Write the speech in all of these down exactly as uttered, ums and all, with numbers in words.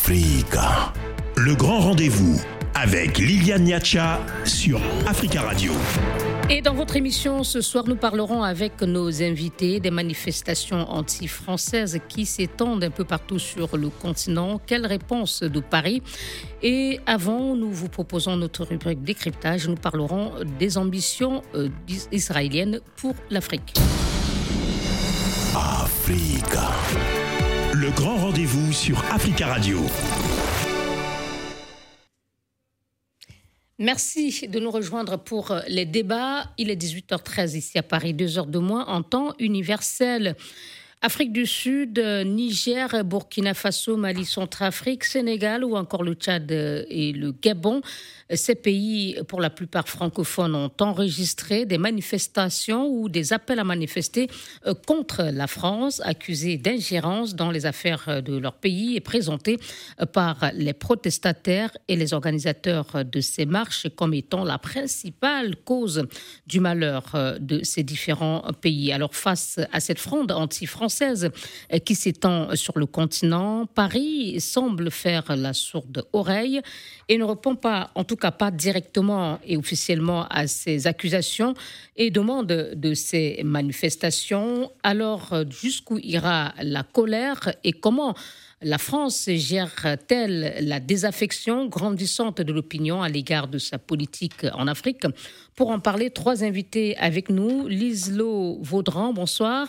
Africa. Le grand rendez-vous avec Liliane Niacha sur Africa Radio. Et dans votre émission, ce soir, nous parlerons avec nos invités des manifestations anti-françaises qui s'étendent un peu partout sur le continent. Quelle réponse de Paris ? Et avant, nous vous proposons notre rubrique décryptage. Nous parlerons des ambitions euh, israéliennes pour l'Afrique. Africa. Le grand rendez-vous sur Africa Radio. Merci de nous rejoindre pour les débats. Il est dix-huit heures treize ici à Paris, deux heures de moins en temps universel. Afrique du Sud, Niger, Burkina Faso, Mali, Centrafrique, Sénégal ou encore le Tchad et le Gabon. Ces pays, pour la plupart francophones, ont enregistré des manifestations ou des appels à manifester contre la France, accusés d'ingérence dans les affaires de leur pays et présentés par les protestataires et les organisateurs de ces marches comme étant la principale cause du malheur de ces différents pays. Alors, face à cette fronde anti-française qui s'étend sur le continent, Paris semble faire la sourde oreille et ne répond pas, en tout cas pas directement et officiellement à ces accusations et demande de ces manifestations. Alors, jusqu'où ira la colère et comment la France gère-t-elle la désaffection grandissante de l'opinion à l'égard de sa politique en Afrique ? Pour en parler, trois invités avec nous. Liselot Vaudran, bonsoir.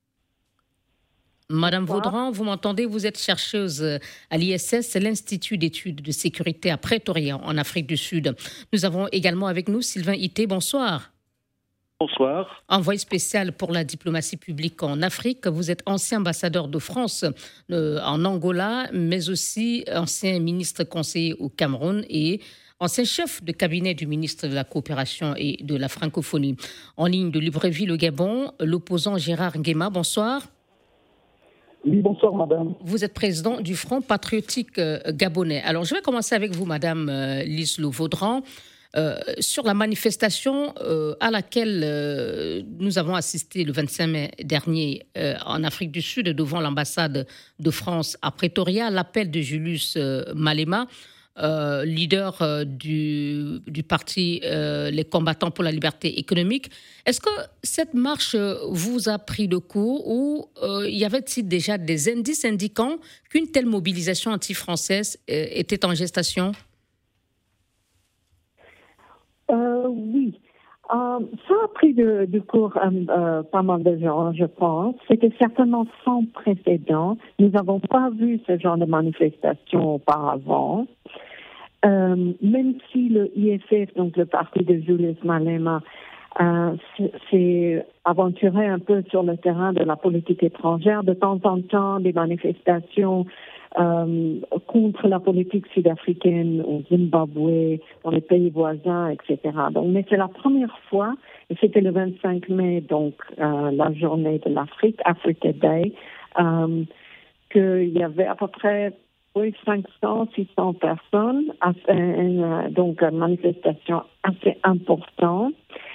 Madame Bonsoir. Vaudran, vous m'entendez, vous êtes chercheuse à l'I S S, l'Institut d'études de sécurité à Pretoria, en Afrique du Sud. Nous avons également avec nous Sylvain Ité, bonsoir. Bonsoir. Envoyé spécial pour la diplomatie publique en Afrique. Vous êtes ancien ambassadeur de France euh, en Angola, mais aussi ancien ministre conseiller au Cameroun et ancien chef de cabinet du ministre de la Coopération et de la Francophonie. En ligne de Libreville, au Gabon, l'opposant Gérard Nguema, bonsoir. Oui, bonsoir, madame. Vous êtes président du Front patriotique euh, gabonais. Alors, je vais commencer avec vous, madame euh, Liselot Vaudran, euh, sur la manifestation euh, à laquelle euh, nous avons assisté le vingt-cinq mai dernier euh, en Afrique du Sud, devant l'ambassade de France à Pretoria, l'appel de Julius euh, Malema, Euh, leader euh, du, du parti euh, Les Combattants pour la Liberté Économique. Est-ce que cette marche vous a pris de court ou euh, y avait-il déjà des indices indiquant qu'une telle mobilisation anti-française euh, était en gestation ? euh, Oui. Euh, ça a pris de, de court euh, euh, pas mal de gens, je pense. C'était certainement sans précédent. Nous n'avons pas vu ce genre de manifestation auparavant. Euh, même si le I F F, donc le parti de Julius Malema, euh, s'est aventuré un peu sur le terrain de la politique étrangère, de temps en temps des manifestations euh, contre la politique sud-africaine au Zimbabwe, dans les pays voisins, et cetera. Donc, mais c'est la première fois, et c'était le vingt-cinq mai, donc euh, la journée de l'Afrique, Africa Day, euh, qu'il y avait à peu près oui, cinq cents, six cents personnes, euh, donc une manifestation assez importante.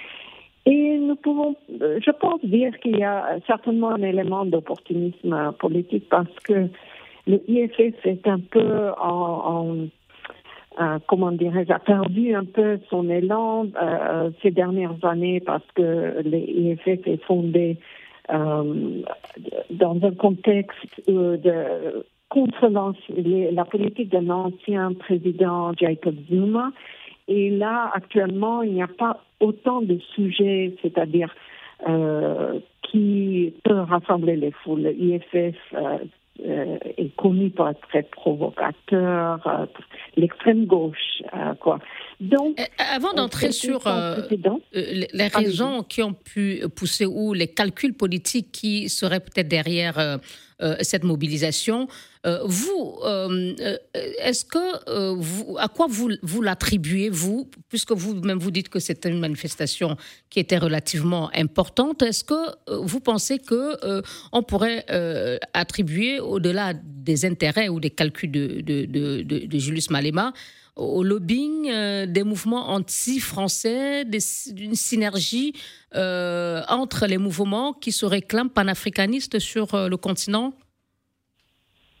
Et nous pouvons, je pense, dire qu'il y a certainement un élément d'opportunisme politique parce que le I F F est un peu en, en euh, comment dirais-je, a perdu un peu son élan euh, ces dernières années parce que le I F F est fondé euh, dans un contexte euh, de contre la politique de l'ancien président Jacob Zuma. Et là, actuellement, il n'y a pas autant de sujets, c'est-à-dire euh, qui peuvent rassembler les foules. Le I F F euh, euh, est connu pour être très provocateur, euh, l'extrême gauche, euh, quoi. Donc, euh, avant d'entrer sur euh, les raisons qui ont pu pousser ou les calculs politiques qui seraient peut-être derrière euh, euh, cette mobilisation, euh, vous, euh, est-ce que euh, vous, à quoi vous, vous l'attribuez, vous, puisque vous-même vous dites que c'était une manifestation qui était relativement importante, est-ce que euh, vous pensez que euh, on pourrait euh, attribuer, au-delà des intérêts ou des calculs de, de, de, de, de Julius Malema, au lobbying euh, des mouvements anti-français, des, d'une synergie euh, entre les mouvements qui se réclament panafricanistes sur euh, le continent ?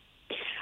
Oui,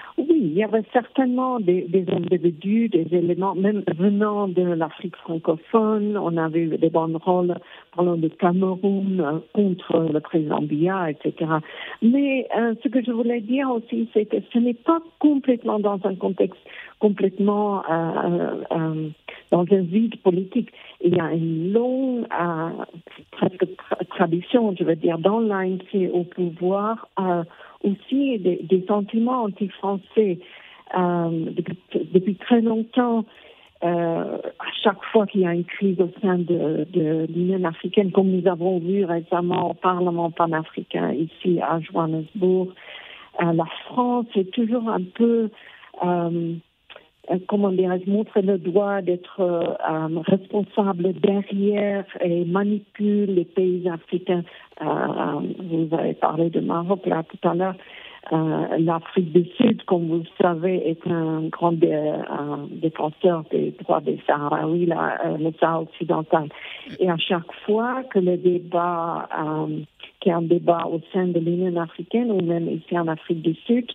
il y avait certainement des, des individus, des éléments, même venant de l'Afrique francophone. On a vu des banderoles parlant de Cameroun euh, contre le président Biya, et cetera. Mais euh, ce que je voulais dire aussi, c'est que ce n'est pas complètement dans un contexte complètement euh, euh, dans un vide politique. Il y a une longue euh, presque tra- tradition, je veux dire, dans l'A N C au pouvoir, euh, aussi des, des sentiments anti-français. Euh, depuis, depuis très longtemps, euh, à chaque fois qu'il y a une crise au sein de, de l'Union africaine, comme nous avons vu récemment au Parlement panafricain ici à Johannesburg, euh, la France est toujours un peu... Euh, comment dirais-je, montrer le doigt d'être euh, responsable derrière et manipule les pays africains. Euh, vous avez parlé de Maroc là tout à l'heure. Euh, L'Afrique du Sud, comme vous le savez, est un grand dé, un défenseur des droits des Sahraouis, là, euh, le Sahara occidental. Et à chaque fois que le débat, euh, qu'il y a un débat au sein de l'Union africaine ou même ici en Afrique du Sud,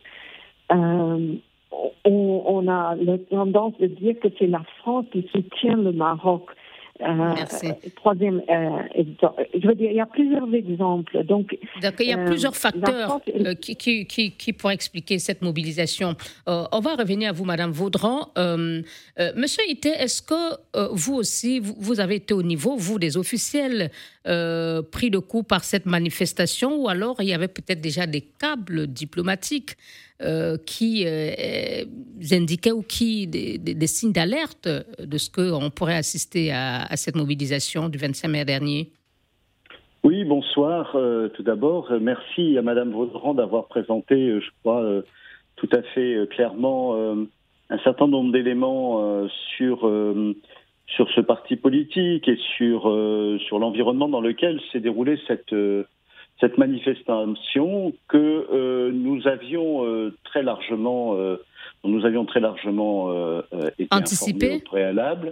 euh, On, on a la tendance de dire que c'est la France qui soutient le Maroc. Euh, Merci. Troisième, euh, exemple. Je veux dire, il y a plusieurs exemples. Donc, D'accord, il y a euh, plusieurs facteurs France... euh, qui, qui, qui, qui pourraient expliquer cette mobilisation. Euh, on va revenir à vous, Madame Vaudran. Euh, euh, Monsieur Ité, est-ce que euh, vous aussi, vous, vous avez été au niveau, vous, des officiels, euh, pris de coup par cette manifestation, ou alors il y avait peut-être déjà des câbles diplomatiques euh, qui euh, indiquaient ou qui des, des, des signes d'alerte de ce qu'on pourrait assister à, à cette mobilisation du vingt-cinq mai dernier? Oui, bonsoir. Euh, tout d'abord, euh, merci à Madame Vaudran d'avoir présenté, euh, je crois, euh, tout à fait euh, clairement euh, un certain nombre d'éléments euh, sur euh, sur ce parti politique et sur euh, sur l'environnement dans lequel s'est déroulée cette euh, cette manifestation que euh, nous avions euh, très largement euh, nous avions très largement euh, été anticipé informés au préalable.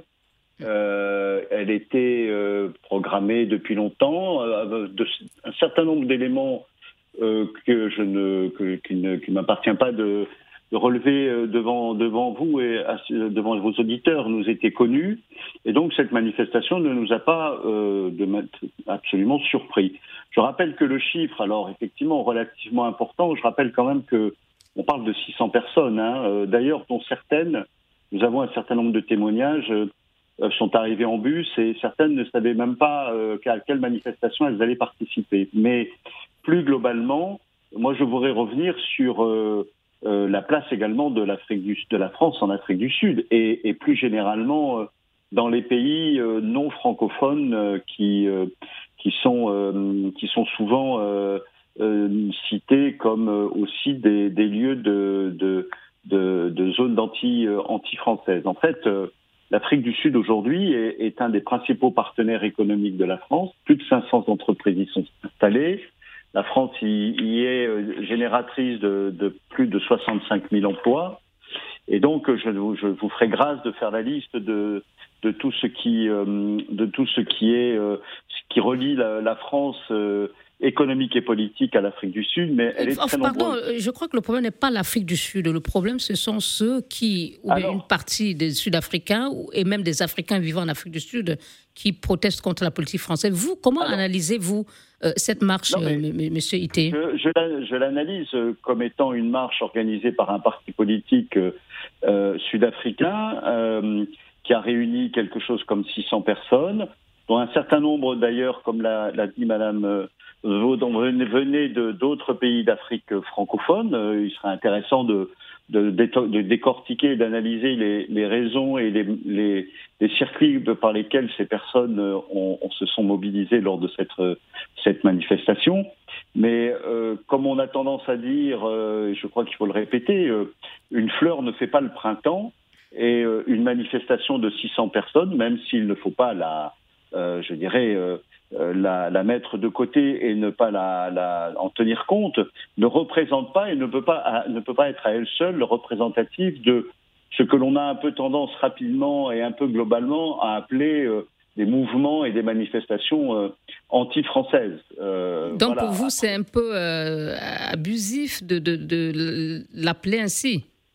Euh, elle était euh, programmée depuis longtemps, euh, de, un certain nombre d'éléments euh, que je ne, que, qui ne qui m'appartient pas de, de relever euh, devant devant vous et à, devant vos auditeurs nous étaient connus, et donc cette manifestation ne nous a pas euh, de, absolument surpris. Je rappelle que le chiffre, alors effectivement relativement important, je rappelle quand même que on parle de six cents personnes, hein, euh, d'ailleurs dont certaines, nous avons un certain nombre de témoignages. Euh, sont arrivées en bus et certaines ne savaient même pas euh, à quelle manifestation elles allaient participer. Mais plus globalement, moi je voudrais revenir sur euh, euh, la place également de l'Afrique du, de la France en Afrique du Sud et, et plus généralement euh, dans les pays euh, non francophones euh, qui euh, qui sont euh, qui sont souvent euh, euh, cités comme euh, aussi des, des lieux de de, de, de zones d'anti euh, anti-françaises. En fait. Euh, L'Afrique du Sud aujourd'hui est, est un des principaux partenaires économiques de la France. Plus de cinq cents entreprises y sont installées. La France y, y est génératrice de, de plus de soixante-cinq mille emplois. Et donc, je, je vous ferai grâce de faire la liste de, de tout ce qui, euh, de tout ce qui est, euh, ce qui relie la, la France euh, économique et politique à l'Afrique du Sud, mais elle est enfin, très pardon, nombreuse. Je crois que le problème n'est pas l'Afrique du Sud. Le problème, ce sont ceux qui, ou Alors, une partie des Sud-Africains, et même des Africains vivant en Afrique du Sud, qui protestent contre la politique française. Vous, comment Alors, analysez-vous euh, cette marche, non, mais, euh, Monsieur Ité? Je, je, je l'analyse comme étant une marche organisée par un parti politique euh, sud-africain euh, qui a réuni quelque chose comme six cents personnes, dont un certain nombre d'ailleurs, comme l'a, l'a dit Madame euh, Vaudran, venaient de, d'autres pays d'Afrique francophone. Euh, il serait intéressant de, de, de décortiquer et d'analyser les, les raisons et les, les, les circuits par lesquels ces personnes ont, ont, se sont mobilisées lors de cette, cette manifestation. Mais euh, comme on a tendance à dire, euh, je crois qu'il faut le répéter, euh, une fleur ne fait pas le printemps, et euh, une manifestation de six cents personnes, même s'il ne faut pas la, euh, je dirais, euh, la, la mettre de côté et ne pas la, la, en tenir compte, ne représente pas et ne peut pas, ne peut pas être à elle seule représentative de ce que l'on a un peu tendance rapidement et un peu globalement à appeler euh, des mouvements et des manifestations euh, anti-françaises. Euh, Donc voilà. Pour vous, c'est un peu euh, abusif de, de, de l'appeler ainsi?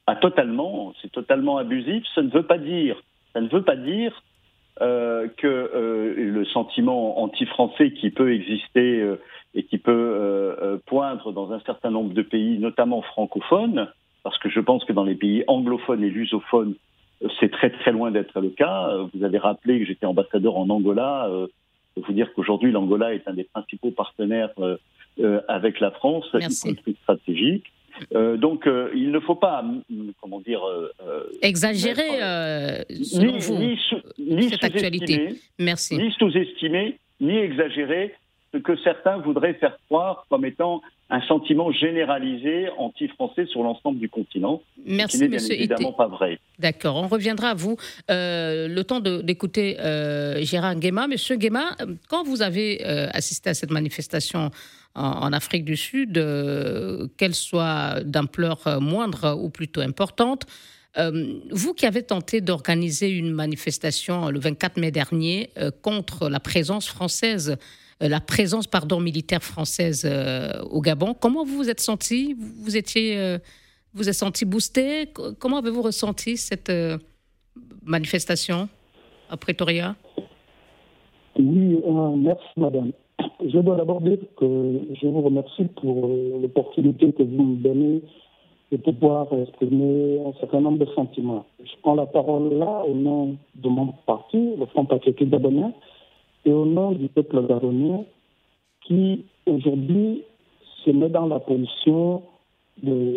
Ah, totalement, c'est totalement abusif. Ça ne veut pas dire, ça ne veut pas dire euh, que euh, le sentiment anti-français qui peut exister euh, et qui peut euh, euh, poindre dans un certain nombre de pays, notamment francophones, parce que je pense que dans les pays anglophones et lusophones, euh, c'est très très loin d'être le cas. Euh, vous avez rappelé que j'étais ambassadeur en Angola. Euh, je peux vous dire qu'aujourd'hui, l'Angola est un des principaux partenaires euh, euh, avec la France, y compris stratégique. Euh, donc, euh, il ne faut pas, comment dire, euh, exagérer, mettre, euh, selon ni, vous, ni, sous, ni cette actualité. Merci. Ni sous-estimer, ni exagérer ce que certains voudraient faire croire comme étant un sentiment généralisé anti-français sur l'ensemble du continent. Merci, ce qui n'est monsieur bien évidemment Ité. pas vrai. D'accord, on reviendra à vous. Euh, le temps de, d'écouter euh, Gérard Nguema. Monsieur Nguema, quand vous avez euh, assisté à cette manifestation en, en Afrique du Sud, euh, qu'elle soit d'ampleur moindre ou plutôt importante, euh, vous qui avez tenté d'organiser une manifestation le vingt-quatre mai dernier euh, contre la présence française, euh, la présence pardon, militaire française euh, au Gabon, comment vous vous êtes senti ? Vous étiez... Euh, Vous êtes senti boosté ? Comment avez-vous ressenti cette euh, manifestation à Pretoria ? Oui, euh, merci madame. Je dois d'abord dire que je vous remercie pour euh, l'opportunité que vous me donnez de pouvoir exprimer un certain nombre de sentiments. Je prends la parole là au nom de mon parti, le Front patriotique gabonais, et au nom du peuple gabonais qui aujourd'hui se met dans la position de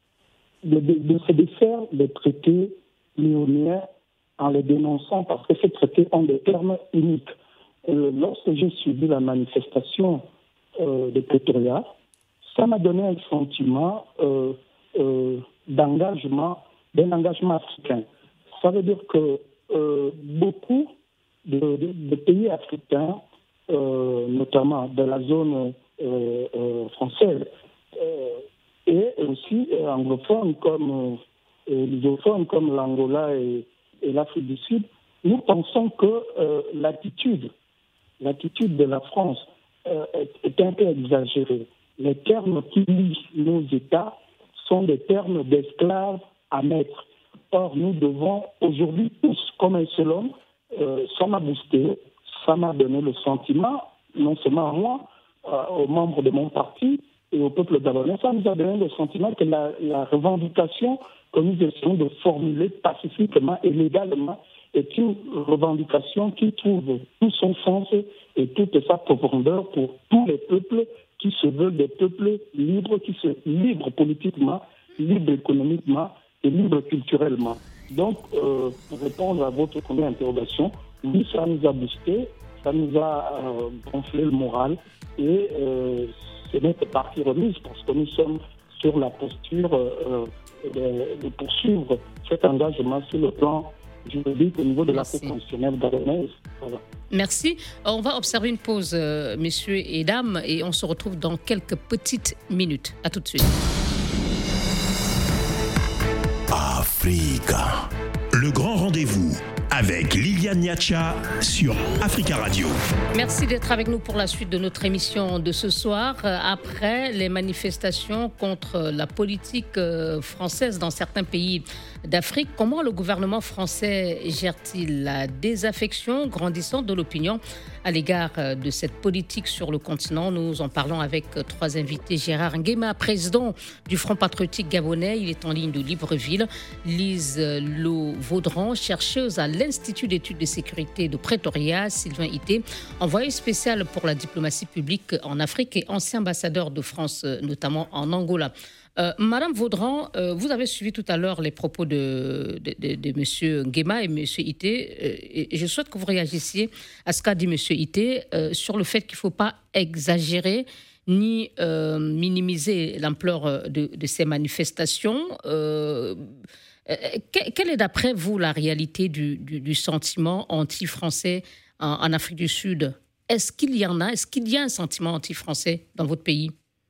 De, de, de se défaire des traités léoniens en les dénonçant parce que ces traités ont des termes uniques. Euh, lorsque j'ai suivi la manifestation euh, de Pretoria, ça m'a donné un sentiment euh, euh, d'engagement, d'un engagement africain. Ça veut dire que euh, beaucoup de, de, de pays africains, euh, notamment de la zone euh, euh, française, euh, et aussi euh, anglophones comme euh, lusophones comme l'Angola et, et l'Afrique du Sud, nous pensons que euh, l'attitude, l'attitude de la France euh, est, est un peu exagérée. Les termes qui lient nos États sont des termes d'esclaves à maître. Or, nous devons aujourd'hui tous, comme un seul homme, euh, ça m'a boosté, ça m'a donné le sentiment, non seulement à moi, euh, aux membres de mon parti, et au peuple gabonais, ça nous a donné le sentiment que la, la revendication que nous essayons de formuler pacifiquement et légalement est une revendication qui trouve tout son sens et toute sa profondeur pour tous les peuples qui se veulent des peuples libres, qui se libres politiquement, libres économiquement et libres culturellement. Donc, euh, pour répondre à votre première interrogation, oui, ça nous a boosté, ça nous a euh, gonflé le moral et euh, ce n'est que partie remise parce que nous sommes sur la posture euh, de, de poursuivre cet engagement sur le plan juridique au niveau de la Cour constitutionnelle gabonaise. Voilà. Merci. On va observer une pause, euh, messieurs et dames, et on se retrouve dans quelques petites minutes. À tout de suite. Africa. Le grand rendez-vous avec Liliane Niacha sur Africa Radio. Merci d'être avec nous pour la suite de notre émission de ce soir. Après les manifestations contre la politique française dans certains pays d'Afrique, comment le gouvernement français gère-t-il la désaffection grandissante de l'opinion à l'égard de cette politique sur le continent? Nous en parlons avec trois invités. Gérard Nguema, président du Front patriotique gabonais, il est en ligne de Libreville. Lise Lo-Vaudran, chercheuse à l'Institut d'études de sécurité de Pretoria. Sylvain Ité, envoyé spécial pour la diplomatie publique en Afrique et ancien ambassadeur de France, notamment en Angola. Euh, Madame Vaudran, euh, vous avez suivi tout à l'heure les propos de, de, de, de M. Nguema et M. Ité. Euh, et je souhaite que vous réagissiez à ce qu'a dit M. Ité euh, sur le fait qu'il ne faut pas exagérer ni euh, minimiser l'ampleur de, de ces manifestations. Euh, euh, quelle est d'après vous la réalité du, du, du sentiment anti-français en, en Afrique du Sud? Est-ce qu'il y en a? Est-ce qu'il y a un sentiment anti-français dans votre pays?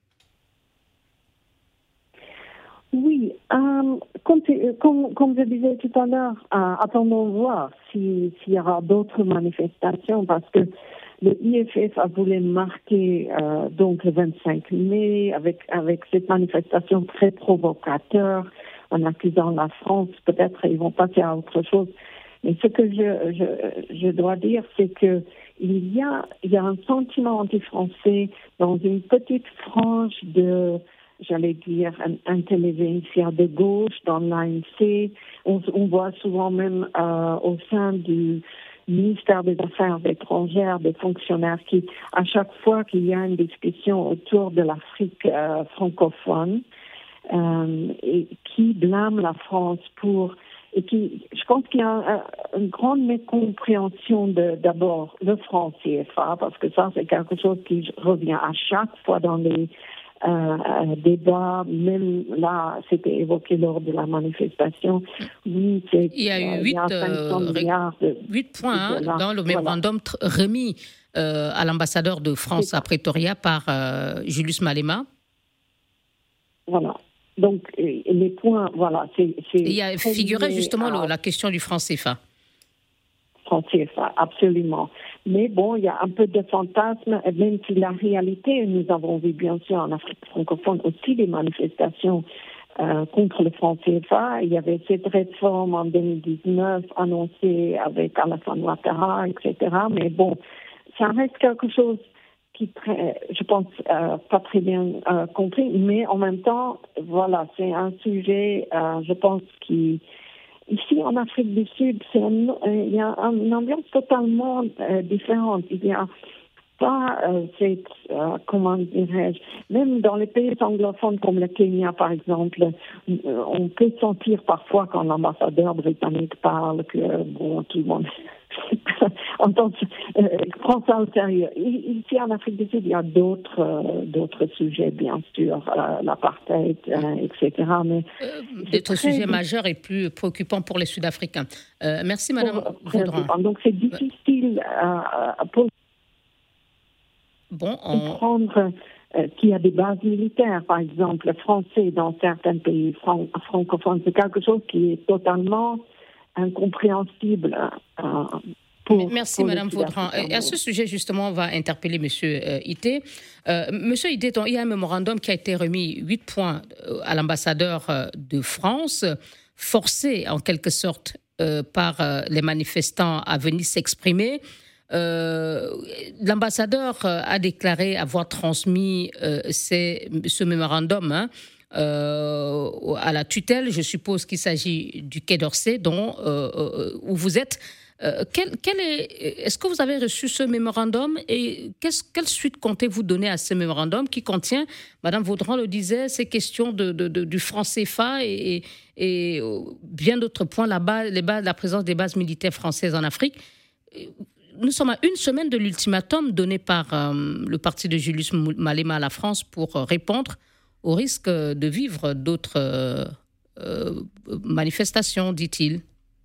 Oui, euh, comme, comme, comme je disais tout à l'heure, euh, attendons voir si, s'il y aura d'autres manifestations parce que le I F F a voulu marquer euh, donc le vingt-cinq mai avec, avec cette manifestation très provocateur en accusant la France. Peut-être ils vont passer à autre chose. Mais ce que je, je, je dois dire, c'est que il y a, il y a un sentiment anti-français dans une petite frange de, j'allais dire, intelligentsia de gauche dans l'A N C. On, on voit souvent même euh, au sein du ministère des Affaires étrangères des fonctionnaires qui, à chaque fois qu'il y a une discussion autour de l'Afrique euh, francophone, euh, et qui blâment la France pour et qui, je pense qu'il y a une grande mécompréhension de, d'abord, le franc C F A, parce que ça, c'est quelque chose qui revient à chaque fois dans les euh, débats. Même là, c'était évoqué lors de la manifestation. Oui, c'est, il y a eu huit, euh, euh, huit points hein, dans le mémorandum voilà. remis euh, à l'ambassadeur de France à Pretoria par euh, Julius Malema. Voilà. Donc, les points, voilà, c'est... c'est il y a figuré justement à... la question du franc C F A. Franc C F A, absolument. Mais bon, il y a un peu de fantasme, même si la réalité, nous avons vu bien sûr en Afrique francophone aussi des manifestations euh, contre le franc C F A. Il y avait cette réforme en deux mille dix-neuf annoncée avec Alassane Ouattara, et cetera. Mais bon, ça reste quelque chose qui, très, je pense, euh, pas très bien euh, compris, mais en même temps, voilà, c'est un sujet, euh, je pense, qui, ici en Afrique du Sud, c'est un, euh, il y a une ambiance totalement euh, différente. Il y a pas euh, cette, euh, comment dirais-je, même dans les pays anglophones comme le Kenya, par exemple, euh, on peut sentir parfois quand l'ambassadeur britannique parle que, bon, tout le monde... en tant que euh, prend ça au sérieux. Ici en Afrique du Sud, il y a d'autres euh, d'autres sujets, bien sûr, euh, l'apartheid, euh, et cetera. Mais euh, d'autres très... sujets majeurs et plus préoccupants pour les Sud-Africains. Euh, merci, Madame Vaudran. Donc c'est difficile euh, pour bon, on... comprendre euh, qu'il y a des bases militaires, par exemple, français dans certains pays fran- francophones. C'est quelque chose qui est totalement incompréhensible. Euh, pour, Merci, pour Madame Vaudran. Et à ce sujet, justement, on va interpeller Monsieur euh, Ité. Euh, Monsieur Ité, il y a un mémorandum qui a été remis, huit points à l'ambassadeur de France, forcé en quelque sorte euh, par euh, les manifestants à venir s'exprimer. Euh, l'ambassadeur a déclaré avoir transmis euh, ces, ce mémorandum hein, euh, à la tutelle. Je suppose qu'il s'agit du Quai d'Orsay, dont euh, où vous êtes. Euh, quel, quel est, est-ce que vous avez reçu ce mémorandum et quelle suite comptez-vous donner à ce mémorandum qui contient, Madame Vaudran le disait, ces questions de, de, de, du franc C F A et, et, et bien d'autres points, la, base, les bases, la présence des bases militaires françaises en Afrique. Nous sommes à une semaine de l'ultimatum donné par euh, le parti de Julius Malema à la France pour euh, répondre au risque de vivre d'autres euh, euh, manifestations, dit-il.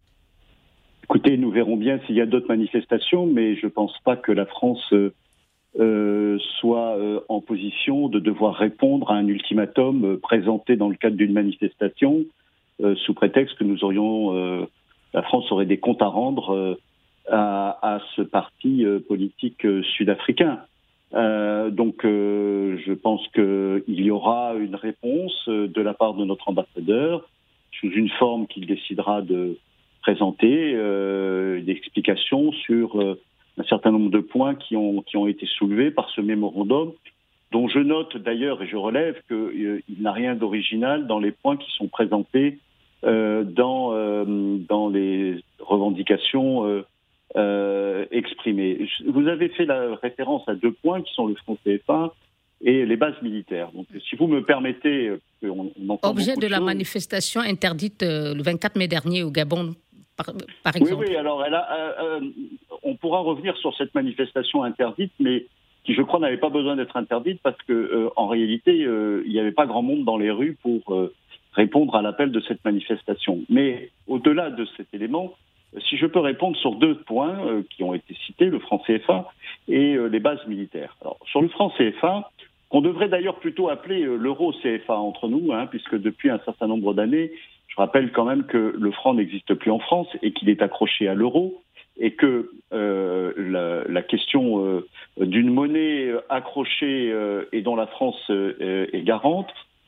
Écoutez, nous verrons bien s'il y a d'autres manifestations, mais je ne pense pas que la France euh, euh, soit euh, en position de devoir répondre à un ultimatum euh, présenté dans le cadre d'une manifestation, euh, sous prétexte que nous aurions, euh, la France aurait des comptes à rendre euh, à, à ce parti euh, politique euh, sud-africain. Euh, donc, euh, je pense qu'il y aura une réponse euh, de la part de notre ambassadeur sous une forme qu'il décidera de présenter euh, des explications sur euh, un certain nombre de points qui ont, qui ont été soulevés par ce mémorandum, dont je note d'ailleurs et je relève qu'il euh, n'a rien d'original dans les points qui sont présentés euh, dans, euh, dans les revendications euh, euh, exprimées. Vous avez fait la référence à deux points qui sont le franc C F A et les bases militaires. Donc, si vous me permettez... On, on entend Objet de, de la choses. manifestation interdite euh, le vingt-quatre mai dernier au Gabon, par, par exemple. Oui, oui, alors elle a, euh, euh, on pourra revenir sur cette manifestation interdite, mais qui, je crois, n'avait pas besoin d'être interdite parce que, euh, en réalité, euh, il n'y avait pas grand monde dans les rues pour euh, répondre à l'appel de cette manifestation. Mais au-delà de cet élément, si je peux répondre sur deux points euh, qui ont été cités, le franc C F A et euh, les bases militaires. Alors, sur le franc C F A, qu'on devrait d'ailleurs plutôt appeler euh, l'euro C F A entre nous, hein, puisque depuis un certain nombre d'années, je rappelle quand même que le franc n'existe plus en France et qu'il est accroché à l'euro, et que euh, la, la question euh, d'une monnaie accrochée euh, et dont la France euh, est garante se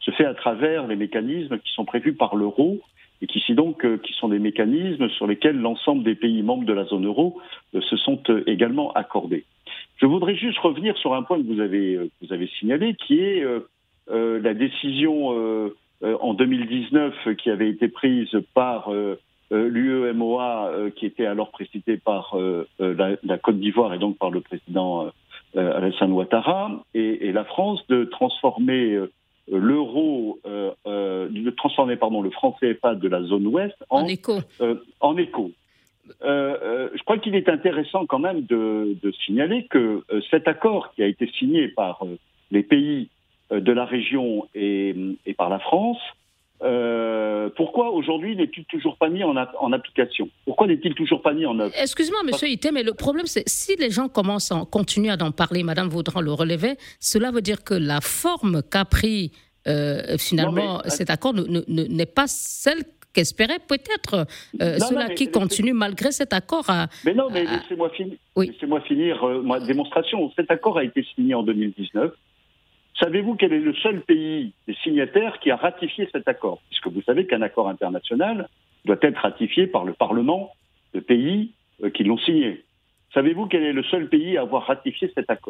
se fait à travers les mécanismes qui sont prévus par l'euro et qui, donc, euh, qui sont des mécanismes sur lesquels l'ensemble des pays membres de la zone euro euh, se sont euh, également accordés. Je voudrais juste revenir sur un point que vous avez, euh, que vous avez signalé, qui est euh, euh, la décision euh, euh, en deux mille dix-neuf qui avait été prise par euh, euh, l'U E M O A, euh, qui était alors présidée par euh, euh, la, la Côte d'Ivoire et donc par le président euh, Alassane Ouattara, et, et la France de transformer euh, l'euro, euh, euh, de transformer pardon, le franc C F A de la zone ouest en, en écho. Euh, en écho. Euh, euh, je crois qu'il est intéressant quand même de, de signaler que euh, cet accord qui a été signé par euh, les pays euh, de la région et, et par la France, euh, pourquoi aujourd'hui n'est-il toujours pas mis en, a, en application ? Pourquoi n'est-il toujours pas mis en œuvre ? Excusez-moi, monsieur Ité, mais le problème, c'est si les gens commencent à continuer à en parler, Madame Vaudran le relevait, cela veut dire que la forme qu'a pris euh, finalement non, mais, cet accord ne, ne, n'est pas celle qu'espéraient peut-être euh, ceux-là qui mais, continuent malgré cet accord à... Mais non, mais à... laissez-moi, fin... oui. laissez-moi finir euh, ma démonstration. Cet accord a été signé en deux mille dix-neuf. Savez-vous quel est le seul pays des signataires qui a ratifié cet accord ? Puisque vous savez qu'un accord international doit être ratifié par le Parlement de pays euh, qui l'ont signé. Savez-vous quel est le seul pays à avoir ratifié cet accord ?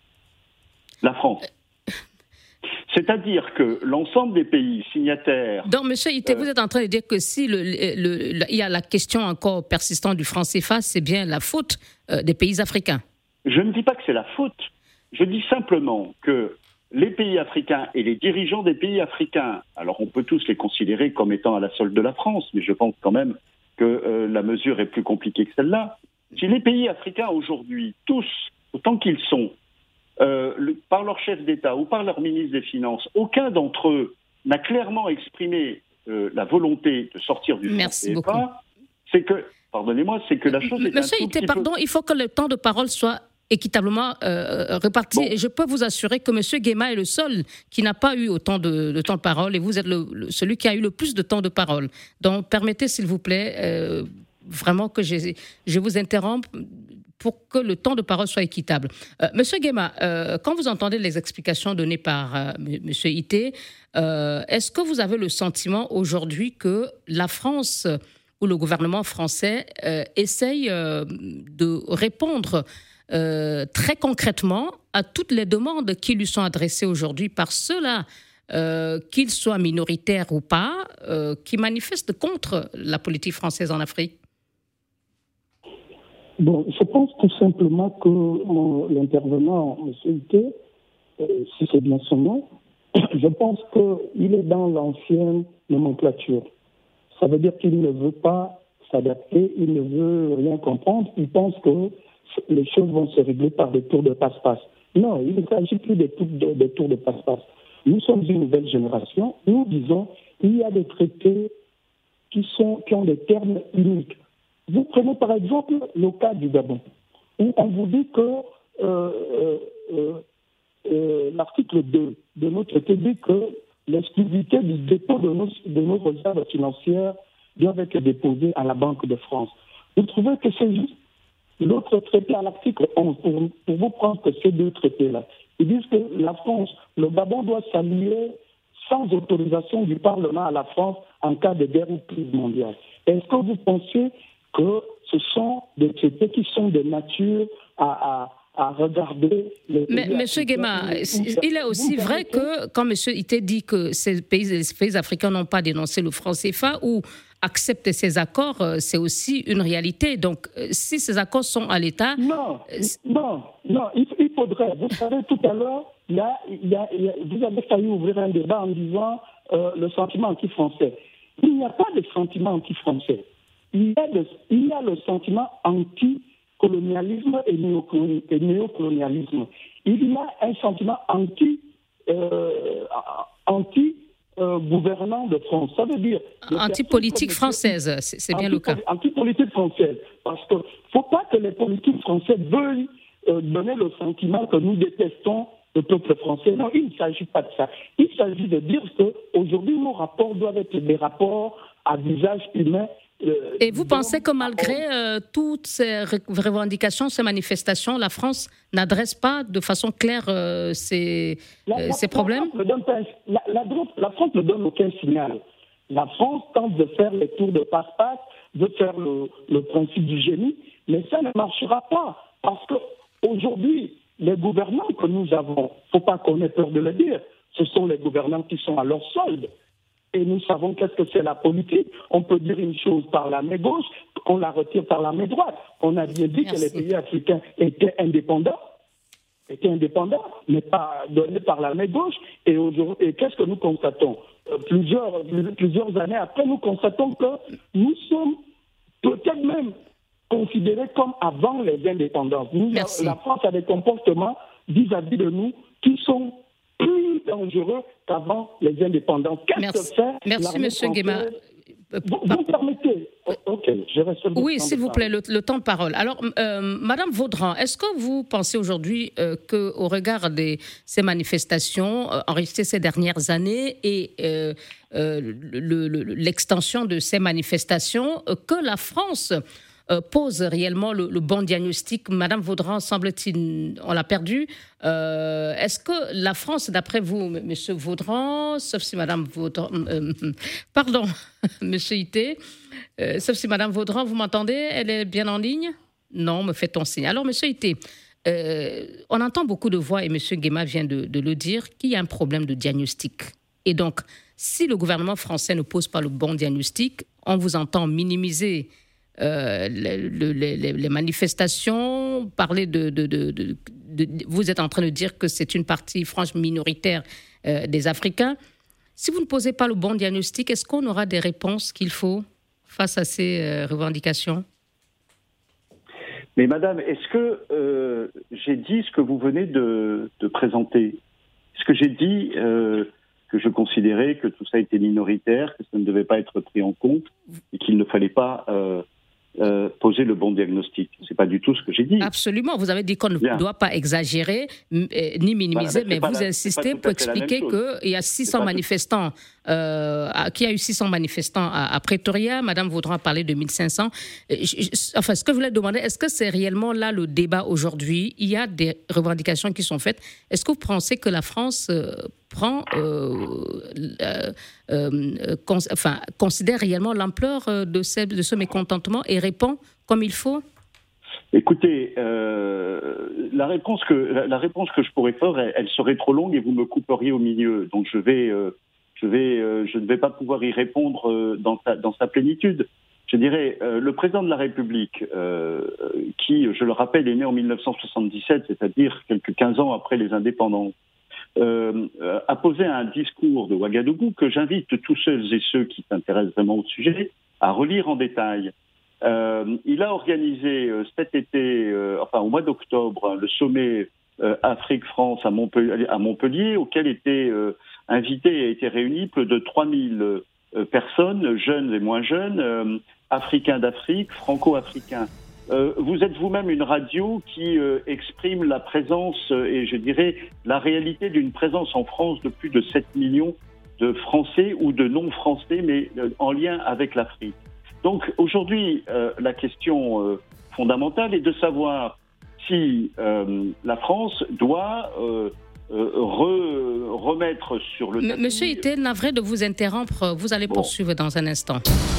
La France. C'est-à-dire que l'ensemble des pays signataires... Donc, M. Ité, euh, vous êtes en train de dire que si le, le, le, il y a la question encore persistante du franc C F A, c'est bien la faute euh, des pays africains. Je ne dis pas que c'est la faute. Je dis simplement que les pays africains et les dirigeants des pays africains, alors on peut tous les considérer comme étant à la solde de la France, mais je pense quand même que euh, la mesure est plus compliquée que celle-là. Si les pays africains aujourd'hui, tous, autant qu'ils sont, Euh, le, par leur chef d'État ou par leur ministre des Finances, aucun d'entre eux n'a clairement exprimé euh, la volonté de sortir du franc C F A, c'est que, pardonnez-moi, c'est que la chose est Monsieur un tout Ité, petit pardon, peu... il faut que le temps de parole soit équitablement euh, réparti. Bon. Et je peux vous assurer que M. Guéma est le seul qui n'a pas eu autant de, de temps de parole, et vous êtes le, le, celui qui a eu le plus de temps de parole. Donc, permettez, s'il vous plaît, euh, vraiment que je, je vous interrompe pour que le temps de parole soit équitable. Euh, Monsieur Guéma, euh, quand vous entendez les explications données par euh, Monsieur Ité, euh, est-ce que vous avez le sentiment aujourd'hui que la France ou le gouvernement français euh, essaye euh, de répondre euh, très concrètement à toutes les demandes qui lui sont adressées aujourd'hui par ceux-là, euh, qu'ils soient minoritaires ou pas, euh, qui manifestent contre la politique française en Afrique ? Bon, je pense tout simplement que mon, l'intervenant, M. Ité, euh, si c'est bien son nom, je pense qu'il est dans l'ancienne nomenclature. Ça veut dire qu'il ne veut pas s'adapter, il ne veut rien comprendre, il pense que les choses vont se régler par des tours de passe-passe. Non, il ne s'agit plus des tours de, des tours de passe-passe. Nous sommes une nouvelle génération, nous disons qu'il y a des traités qui, sont, qui ont des termes uniques. Vous prenez par exemple le cas du Gabon, où on vous dit que euh, euh, euh, l'article deux de notre traité dit que l'exclusivité du dépôt de nos, de nos réserves financières doit être déposée à la Banque de France. Vous trouvez que c'est juste l'autre traité à l'article onze, pour, pour vous prendre que ces deux traités-là, ils disent que la France, le Gabon doit s'allier sans autorisation du Parlement à la France en cas de guerre ou crise mondiale. Est-ce que vous pensez que ce sont des traités qui sont de nature à, à, à regarder... Les Mais M. Guéma, il est aussi vrai que quand M. Ité dit que ces pays, les pays africains n'ont pas dénoncé le franc C F A ou acceptent ces accords, c'est aussi une réalité. Donc, si ces accords sont à l'état... Non, non, non, il, il faudrait... Vous savez, tout à l'heure, il y a, il y a, il y a, vous avez failli ouvrir un débat en disant euh, le sentiment anti-français. Il n'y a pas de sentiment anti-français. Il y, a de, il y a le sentiment anti-colonialisme et, néocolonialisme, et néocolonialisme. Il y a un sentiment anti, euh, anti euh, gouvernant de France. Ça veut dire anti-politique française, c'est, c'est bien anti, le cas. Anti-politique française, parce que faut pas que les politiques françaises veuillent euh, donner le sentiment que nous détestons le peuple français. Non, il ne s'agit pas de ça. Il s'agit de dire que aujourd'hui nos rapports doivent être des rapports à visage humain Euh, Et vous donc, pensez que malgré euh, toutes ces revendications, ces manifestations, la France n'adresse pas de façon claire euh, ces, la, euh, la, ces la problèmes? France ne donne pas, la, la, la France ne donne aucun signal. La France tente de faire les tours de passe-passe, de faire le, le principe du génie, mais ça ne marchera pas. Parce qu'aujourd'hui, les gouvernants que nous avons, il ne faut pas qu'on ait peur de le dire, ce sont les gouvernants qui sont à leur solde. Et nous savons qu'est-ce que c'est la politique. On peut dire une chose par la main gauche, on la retire par la main droite. On a bien dit Merci. que les pays africains étaient indépendants, étaient indépendants, mais pas donnés par la main gauche. Et, aujourd'hui, et qu'est-ce que nous constatons ? euh, plusieurs, plusieurs années après, nous constatons que nous sommes peut-être même considérés comme avant les indépendances. Nous, la France a des comportements vis-à-vis de nous qui sont plus dangereux qu'avant les indépendances. Qu'est-ce Merci. que fait Merci, Monsieur Nguema. Vous, vous me permettez Ok, je reste sur Oui, s'il vous plaît, le, le temps de parole. Alors, euh, Madame Vaudran, est-ce que vous pensez aujourd'hui euh, qu'au regard de ces manifestations euh, enregistrées ces dernières années et euh, euh, le, le, l'extension de ces manifestations, euh, que la France Euh, pose réellement le, le bon diagnostic? Madame Vaudran, semble-t-il, on l'a perdu. Euh, est-ce que la France, d'après vous, Monsieur Vaudran, sauf si Madame Vaudran, euh, pardon, Monsieur Ité, euh, sauf si Madame Vaudran, vous m'entendez? Elle est bien en ligne? Non, me fait-on signe. Alors, Monsieur Ité, euh, on entend beaucoup de voix, et Monsieur Nguema vient de, de le dire, qu'il y a un problème de diagnostic. Et donc, si le gouvernement français ne pose pas le bon diagnostic, on vous entend minimiser Euh, les, les, les manifestations, parler de, de, de, de, de... Vous êtes en train de dire que c'est une partie franchement minoritaire euh, des Africains. Si vous ne posez pas le bon diagnostic, est-ce qu'on aura des réponses qu'il faut face à ces euh, revendications? Mais madame, est-ce que euh, j'ai dit ce que vous venez de, de présenter? Est-ce que j'ai dit euh, que je considérais que tout ça était minoritaire, que ça ne devait pas être pris en compte et qu'il ne fallait pas... Euh, Euh, poser le bon diagnostic? C'est pas du tout ce que j'ai dit. Absolument, vous avez dit qu'on ne Bien. doit pas exagérer m- euh, ni minimiser, voilà, mais vous la, insistez pour expliquer qu'il y a six cents manifestants, euh, qu'il y a eu six cents manifestants à, à Pretoria. Madame Vaudran a parlé de mille cinq cents. Je, je, enfin, ce que je voulais demander, est-ce que c'est réellement là le débat aujourd'hui? Il y a des revendications qui sont faites. Est-ce que vous pensez que la France euh, prend, euh, euh, euh, cons- enfin, considère réellement l'ampleur de ce, de ce mécontentement et répond comme il faut? Écoutez, euh, la réponse que la, la réponse que je pourrais faire, elle, elle serait trop longue et vous me couperiez au milieu. Donc je vais, euh, je vais, euh, je ne vais pas pouvoir y répondre euh, dans sa dans sa plénitude. Je dirais, euh, le président de la République, euh, qui, je le rappelle, est né en mille neuf cent soixante-dix-sept, c'est-à-dire quelques quinze ans après les indépendances, euh, a posé un discours de Ouagadougou que j'invite tous ceux et ceux qui s'intéressent vraiment au sujet à relire en détail. Euh, il a organisé euh, cet été, euh, enfin au mois d'octobre, le sommet euh, Afrique-France à Montpellier, à Montpellier, auquel étaient euh, invités et étaient réunis plus de trois mille euh, personnes, jeunes et moins jeunes, euh, africains d'Afrique, franco-africains. Euh, vous êtes vous-même une radio qui euh, exprime la présence euh, et je dirais la réalité d'une présence en France de plus de sept millions de Français ou de non-Français, mais euh, en lien avec l'Afrique. Donc aujourd'hui, euh, la question euh, fondamentale est de savoir si euh, la France doit euh, euh, re, remettre sur le tapis... Monsieur Ité, navré de vous interrompre, vous allez bon. poursuivre dans un instant.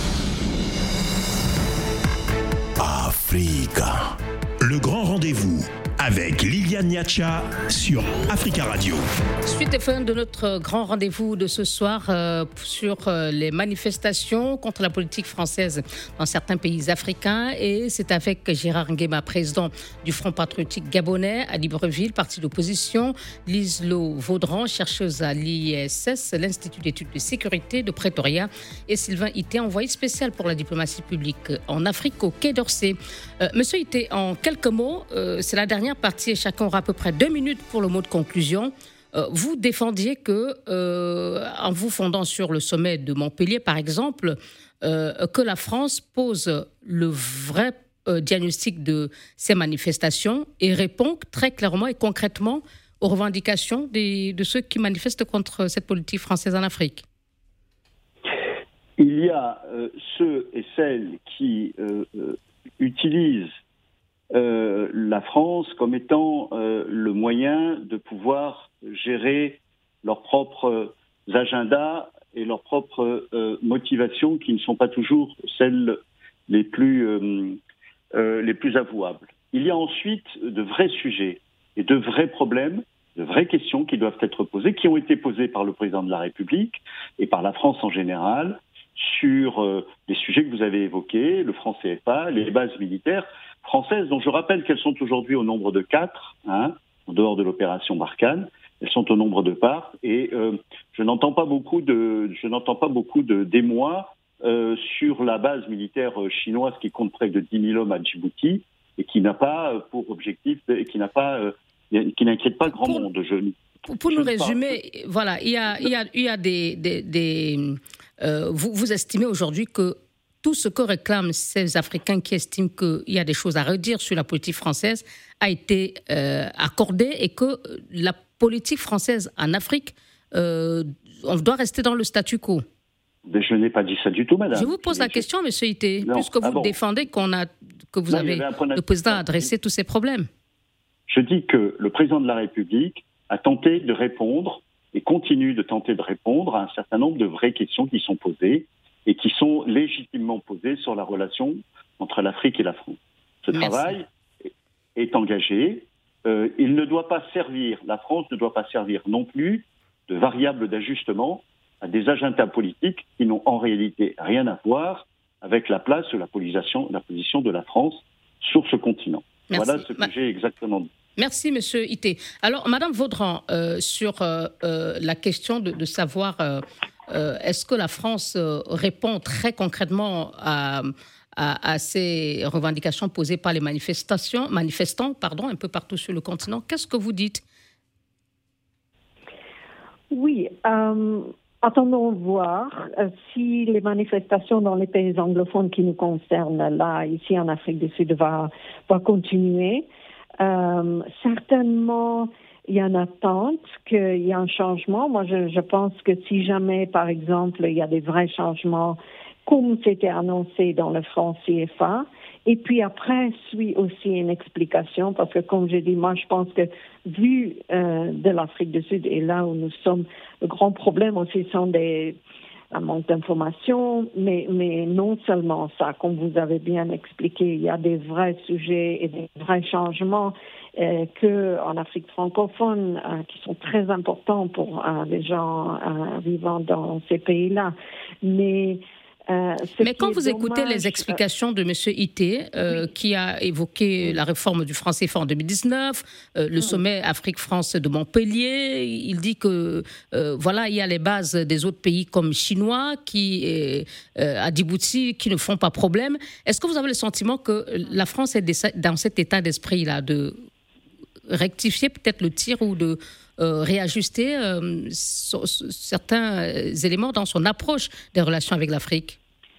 Africa, le grand rendez-vous avec Liliane Niacha sur Africa Radio. Suite et fin de notre grand rendez-vous de ce soir euh, sur euh, les manifestations contre la politique française dans certains pays africains. Et c'est avec Gérard Nguema, président du Front patriotique gabonais à Libreville, parti d'opposition, Liselot Vaudran, chercheuse à l'I S S, l'Institut d'études de sécurité de Pretoria, et Sylvain Ité, envoyé spécial pour la diplomatie publique en Afrique au Quai d'Orsay. Euh, Monsieur Ité, en quelques mots, euh, c'est la dernière partie et chacun aura à peu près deux minutes pour le mot de conclusion. Euh, vous défendiez que, euh, en vous fondant sur le sommet de Montpellier, par exemple, euh, que la France pose le vrai euh, diagnostic de ces manifestations et répond très clairement et concrètement aux revendications des, de ceux qui manifestent contre cette politique française en Afrique. il y a euh, ceux et celles qui euh, euh, utilisent euh, la France comme étant euh, le moyen de pouvoir gérer leurs propres agendas et leurs propres euh, motivations qui ne sont pas toujours celles les plus, euh, euh, les plus avouables. Il y a ensuite de vrais sujets et de vrais problèmes, de vraies questions qui doivent être posées, qui ont été posées par le président de la République et par la France en général, sur euh, les sujets que vous avez évoqués, le franc C F A, les bases militaires françaises, dont je rappelle qu'elles sont aujourd'hui au nombre de quatre, hein, en dehors de l'opération Barkhane. Elles sont au nombre de parts et euh, je n'entends pas beaucoup de, je n'entends pas beaucoup de d'émoi euh, sur la base militaire chinoise qui compte près de dix mille hommes à Djibouti et qui n'a pas pour objectif, et qui n'a pas, euh, qui n'inquiète pas grand pour, monde. Je, pour pour je nous résumer, parle. voilà, il y a, il y a, il y a des, des, des euh, vous, vous estimez aujourd'hui que tout ce que réclament ces Africains qui estiment qu'il y a des choses à redire sur la politique française a été euh, accordé et que la politique française en Afrique, euh, on doit rester dans le statu quo. Mais je n'ai pas dit ça du tout, madame. Je vous pose la question, M. Ité, non. puisque vous ah bon. défendez qu'on a, que vous non, avez, le président a adressé tous ces problèmes. Je dis que le président de la République a tenté de répondre et continue de tenter de répondre à un certain nombre de vraies questions qui sont posées et qui sont légitimement posées sur la relation entre l'Afrique et la France. Ce Merci. travail est engagé. Euh, il ne doit pas servir, la France ne doit pas servir non plus de variable d'ajustement à des agendas politiques qui n'ont en réalité rien à voir avec la place ou la position, la position de la France sur ce continent. Merci. Voilà ce que Ma... j'ai exactement dit. Merci, Monsieur Ité. Alors, Madame Vaudran, euh, sur euh, euh, la question de, de savoir euh, euh, est-ce que la France euh, répond très concrètement à... À, à ces revendications posées par les manifestations, manifestants pardon, un peu partout sur le continent. Qu'est-ce que vous dites? Oui, euh, attendons voir euh, si les manifestations dans les pays anglophones qui nous concernent, là, ici en Afrique du Sud, va, va continuer. Euh, certainement, il y a une attente qu'il y ait un changement. Moi, je, je pense que si jamais, par exemple, il y a des vrais changements comme c'était annoncé dans le franc C F A. Et puis après, suit aussi une explication, parce que comme je dis, moi je pense que vu euh, de l'Afrique du Sud et là où nous sommes, le grand problème aussi sont des un manque d'informations, mais, mais non seulement ça, comme vous avez bien expliqué, il y a des vrais sujets et des vrais changements euh, qu'en Afrique francophone euh, qui sont très importants pour euh, les gens euh, vivant dans ces pays-là. Mais Euh, Mais quand vous dommage, écoutez les explications de M. Ité, euh, oui. qui a évoqué oui. la réforme du franc C F A en deux mille dix-neuf, euh, le oui. sommet Afrique-France de Montpellier, il dit que euh, voilà, il y a les bases des autres pays comme chinois qui, euh, à Djibouti, qui ne font pas problème. Est-ce que vous avez le sentiment que la France est dans cet état d'esprit-là de rectifier peut-être le tir ou de Euh, réajuster euh, so, so, certains éléments dans son approche des relations avec l'Afrique?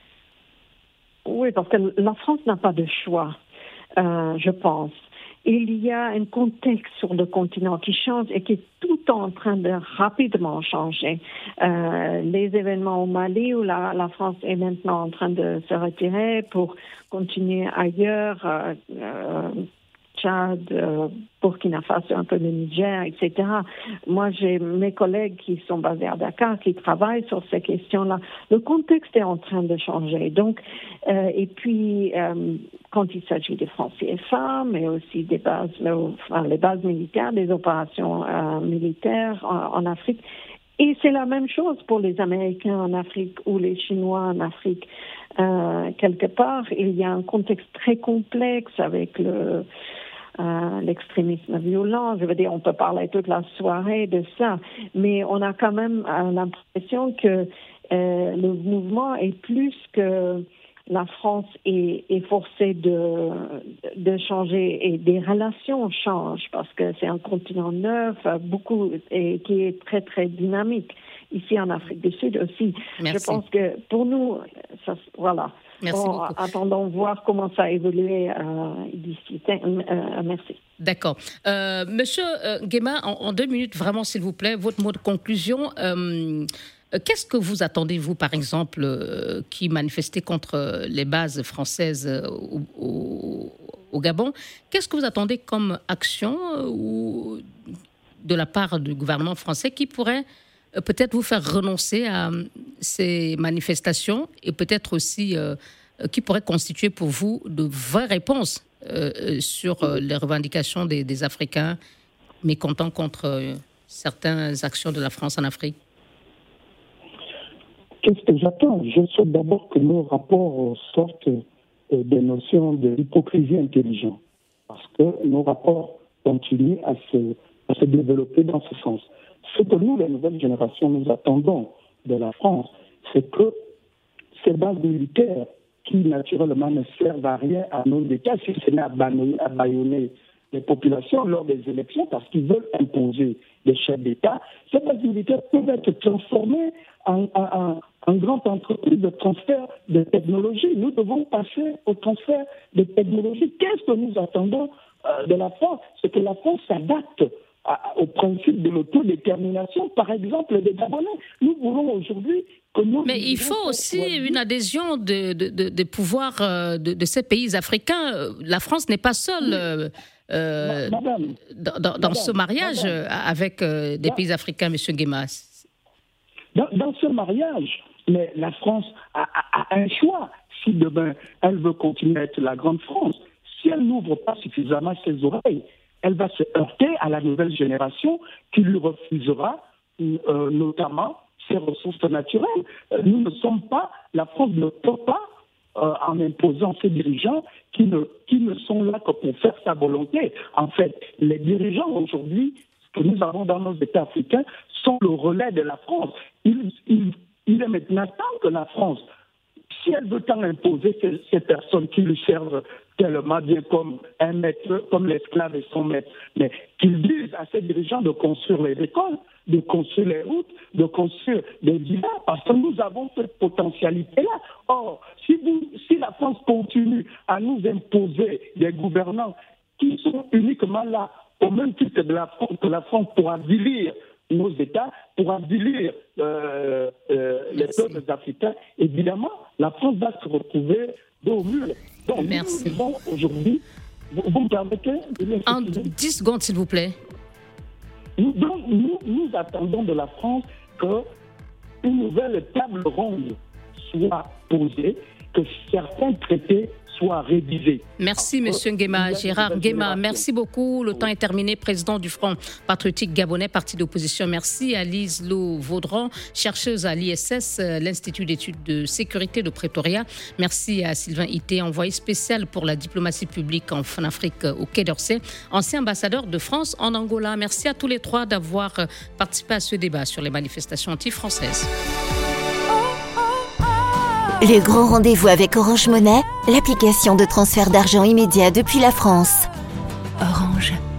Oui, parce que la France n'a pas de choix, euh, je pense. Il y a un contexte sur le continent qui change et qui est tout le temps en train de rapidement changer. Euh, les événements au Mali où la, la France est maintenant en train de se retirer pour continuer ailleurs, euh, euh, Tchad, euh, Burkina Faso, un peu le Niger, et cetera. Moi, j'ai mes collègues qui sont basés à Dakar, qui travaillent sur ces questions-là. Le contexte est en train de changer. Donc, euh, et puis, euh, quand il s'agit des francs C F A, mais aussi des bases, enfin, les bases militaires, des opérations euh, militaires en, en Afrique. Et c'est la même chose pour les Américains en Afrique ou les Chinois en Afrique. Euh, quelque part, il y a un contexte très complexe avec le Euh, l'extrémisme violent. Je veux dire, on peut parler toute la soirée de ça, mais on a quand même euh, l'impression que euh, le mouvement est plus que la France est, est forcée de, de changer et des relations changent parce que c'est un continent neuf, beaucoup et qui est très très dynamique. Ici en Afrique du Sud aussi. Merci. Je pense que pour nous, ça, voilà. Merci bon, beaucoup. Attendons voir comment ça évolue euh, d'ici. Euh, merci. D'accord. Euh, Monsieur euh, Nguema, en, en deux minutes, vraiment, s'il vous plaît, votre mot de conclusion. Euh, Qu'est-ce que vous attendez, vous, par exemple, euh, qui manifestez contre les bases françaises au, au, au Gabon? Qu'est-ce que vous attendez comme action euh, ou de la part du gouvernement français qui pourrait euh, peut-être vous faire renoncer à euh, ces manifestations et peut-être aussi euh, qui pourrait constituer pour vous de vraies réponses euh, sur euh, les revendications des, des Africains mécontents contre euh, certaines actions de la France en Afrique? Qu'est-ce que j'attends? Je souhaite d'abord que nos rapports sortent des notions de l'hypocrisie intelligente, parce que nos rapports continuent à se, à se développer dans ce sens. Ce que nous, les nouvelles générations, nous attendons de la France, c'est que ces bases militaires qui, naturellement, ne servent à rien à nos États, si ce n'est à bâillonner les populations lors des élections, parce qu'ils veulent imposer des chefs d'État, ces bases militaires peuvent être transformées en, en, en, en grande entreprise de transfert de technologie. Nous devons passer au transfert de technologie. Qu'est-ce que nous attendons euh, de la France? C'est que la France s'adapte à, au principe de l'autodétermination, par exemple, des Gabonais. Nous voulons aujourd'hui que nous... Mais il faut aussi une adhésion des de, de, de pouvoirs euh, de, de ces pays africains. La France n'est pas seule... Oui. Euh, Euh, Madame, dans, dans madame, ce mariage madame, avec euh, des dans, pays africains, M. Guémas? Dans, dans ce mariage, mais la France a, a, a un choix. Si demain, elle veut continuer à être la grande France, si elle n'ouvre pas suffisamment ses oreilles, elle va se heurter à la nouvelle génération qui lui refusera euh, notamment ses ressources naturelles. Euh, nous ne sommes pas, la France ne peut pas, Euh, en imposant ces dirigeants qui ne, qui ne sont là que pour faire sa volonté. En fait, les dirigeants aujourd'hui que nous avons dans nos États africains sont le relais de la France. Il, il, il est maintenant temps que la France, si elle veut tant imposer ces, ces personnes qui lui servent tellement bien comme un maître, comme l'esclave et son maître, mais qu'ils disent à ces dirigeants de construire les écoles, de construire les routes, de construire des villas, parce que nous avons cette potentialité-là. Or, si, vous, si la France continue à nous imposer des gouvernants qui sont uniquement là, au même titre de la France, que la France pour avilir nos États, pour avilir euh, euh, les peuples africains, évidemment, la France va se retrouver dos au mur. Donc, Merci. Nous, nous, aujourd'hui, vous, vous me permettez de En dix secondes, s'il vous plaît. Nous, donc, nous, nous attendons de la France qu'une nouvelle table ronde soit posée, que certains traités soient révisés. Merci, M. Nguema. Gérard Nguema, merci beaucoup. Le temps est terminé. Président du Front patriotique gabonais, parti d'opposition. Merci à Lise Lo Vaudran, chercheuse à l'I S S, l'Institut d'études de sécurité de Pretoria. Merci à Sylvain Ité, envoyé spécial pour la diplomatie publique en Afrique au Quai d'Orsay, ancien ambassadeur de France en Angola. Merci à tous les trois d'avoir participé à ce débat sur les manifestations anti-françaises. Le grand rendez-vous avec Orange Money, l'application de transfert d'argent immédiat depuis la France. Orange.